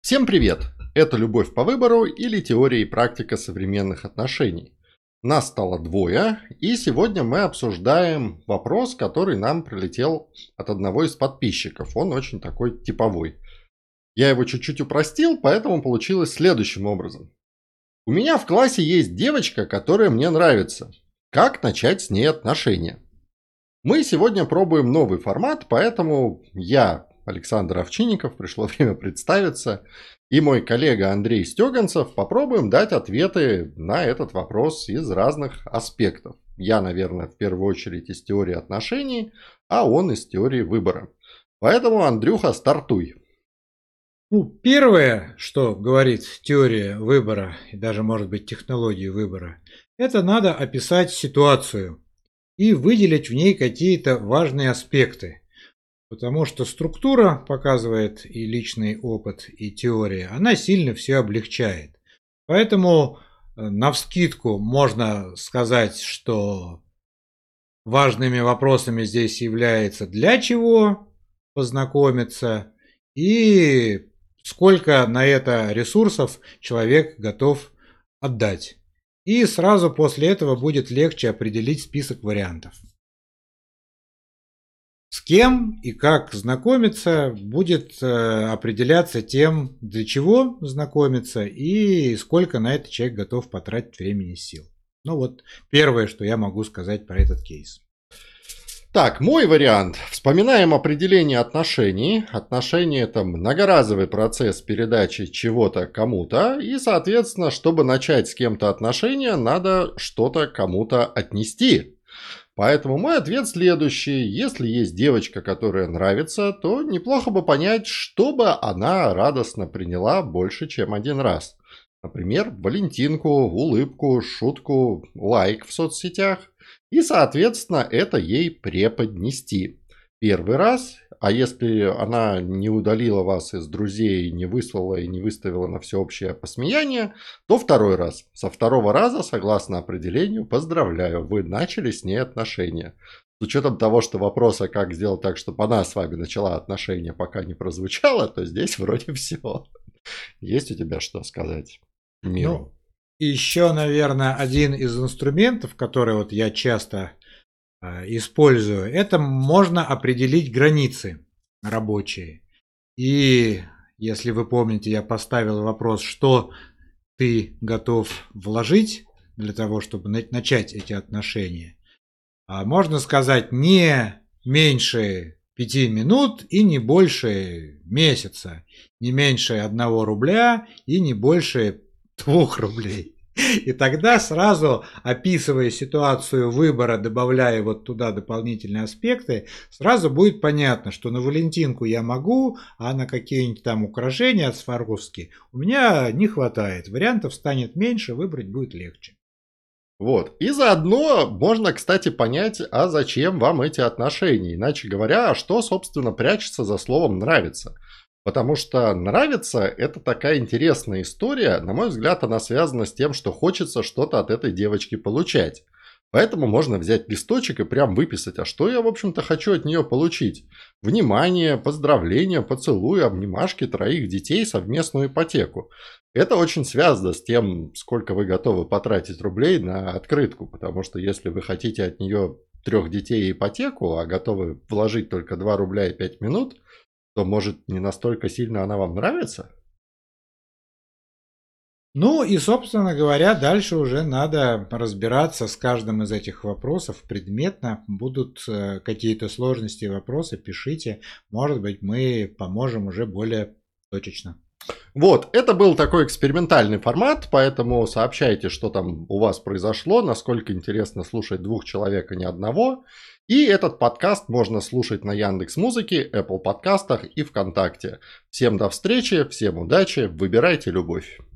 Всем привет! Это «Любовь по выбору» или «Теория и практика современных отношений». Нас стало двое, и сегодня мы обсуждаем вопрос, который нам прилетел от одного из подписчиков. Он очень такой типовой. Я его чуть-чуть упростил, поэтому получилось следующим образом. У меня в классе есть девочка, которая мне нравится. Как начать с ней отношения? Мы сегодня пробуем новый формат, поэтому я, Александр Овчинников, пришло время представиться, и мой коллега Андрей Стеганцев попробуем дать ответы на этот вопрос из разных аспектов. Я, наверное, в первую очередь из теории отношений, а он из теории выбора. Поэтому, Андрюха, стартуй. Первое, что говорит теория выбора и даже, может быть, технологии выбора, это надо описать ситуацию и выделить в ней какие-то важные аспекты. Потому что структура показывает и личный опыт, и теория, она сильно все облегчает. Поэтому навскидку можно сказать, что важными вопросами здесь является для чего познакомиться и сколько на это ресурсов человек готов отдать. И сразу после этого будет легче определить список вариантов. С кем и как знакомиться будет определяться тем, для чего знакомиться и сколько на это человек готов потратить времени и сил. Первое, что я могу сказать про этот кейс. Так, мой вариант. Вспоминаем определение отношений. Отношения – это многоразовый процесс передачи чего-то кому-то. И, соответственно, чтобы начать с кем-то отношения, надо что-то кому-то отнести. Поэтому мой ответ следующий. Если есть девочка, которая нравится, то неплохо бы понять, чтобы она радостно приняла больше, чем один раз. Например, валентинку, улыбку, шутку, лайк в соцсетях. И, соответственно, это ей преподнести. Первый раз, а если она не удалила вас из друзей, не выслала и не выставила на всеобщее посмеяние, то второй раз. Со второго раза, согласно определению, поздравляю, вы начали с ней отношения. С учетом того, что вопроса, как сделать так, чтобы она с вами начала отношения, пока не прозвучало, то здесь вроде все. Есть у тебя что сказать миру? И еще, наверное, один из инструментов, который я часто использую, это можно определить границы рабочие. И если вы помните, я поставил вопрос, что ты готов вложить для того, чтобы начать эти отношения. Можно сказать не меньше 5 минут и не больше месяца, не меньше 1 рубля и не больше 2 рублей. И тогда сразу, описывая ситуацию выбора, добавляя туда дополнительные аспекты, сразу будет понятно, что на валентинку я могу, а на какие-нибудь там украшения от Сваровски у меня не хватает. Вариантов станет меньше, выбрать будет легче. И заодно можно, кстати, понять, а зачем вам эти отношения. Иначе говоря, а что, собственно, прячется за словом «нравится». Потому что нравится – это такая интересная история. На мой взгляд, она связана с тем, что хочется что-то от этой девочки получать. Поэтому можно взять листочек и прям выписать, а что я, в общем-то, хочу от нее получить. Внимание, поздравления, поцелуи, обнимашки, 3 детей, совместную ипотеку. Это очень связано с тем, сколько вы готовы потратить рублей на открытку. Потому что если вы хотите от нее 3 детей и ипотеку, а готовы вложить только 2 рубля и 5 минут, то, может, не настолько сильно она вам нравится? И, собственно говоря, дальше уже надо разбираться с каждым из этих вопросов предметно. Будут какие-то сложности и вопросы, пишите. Может быть, мы поможем уже более точечно. Это был такой экспериментальный формат, поэтому сообщайте, что там у вас произошло, насколько интересно слушать 2 человек, а не одного. И этот подкаст можно слушать на Яндекс.Музыке, Apple подкастах и ВКонтакте. Всем до встречи, всем удачи, выбирайте любовь.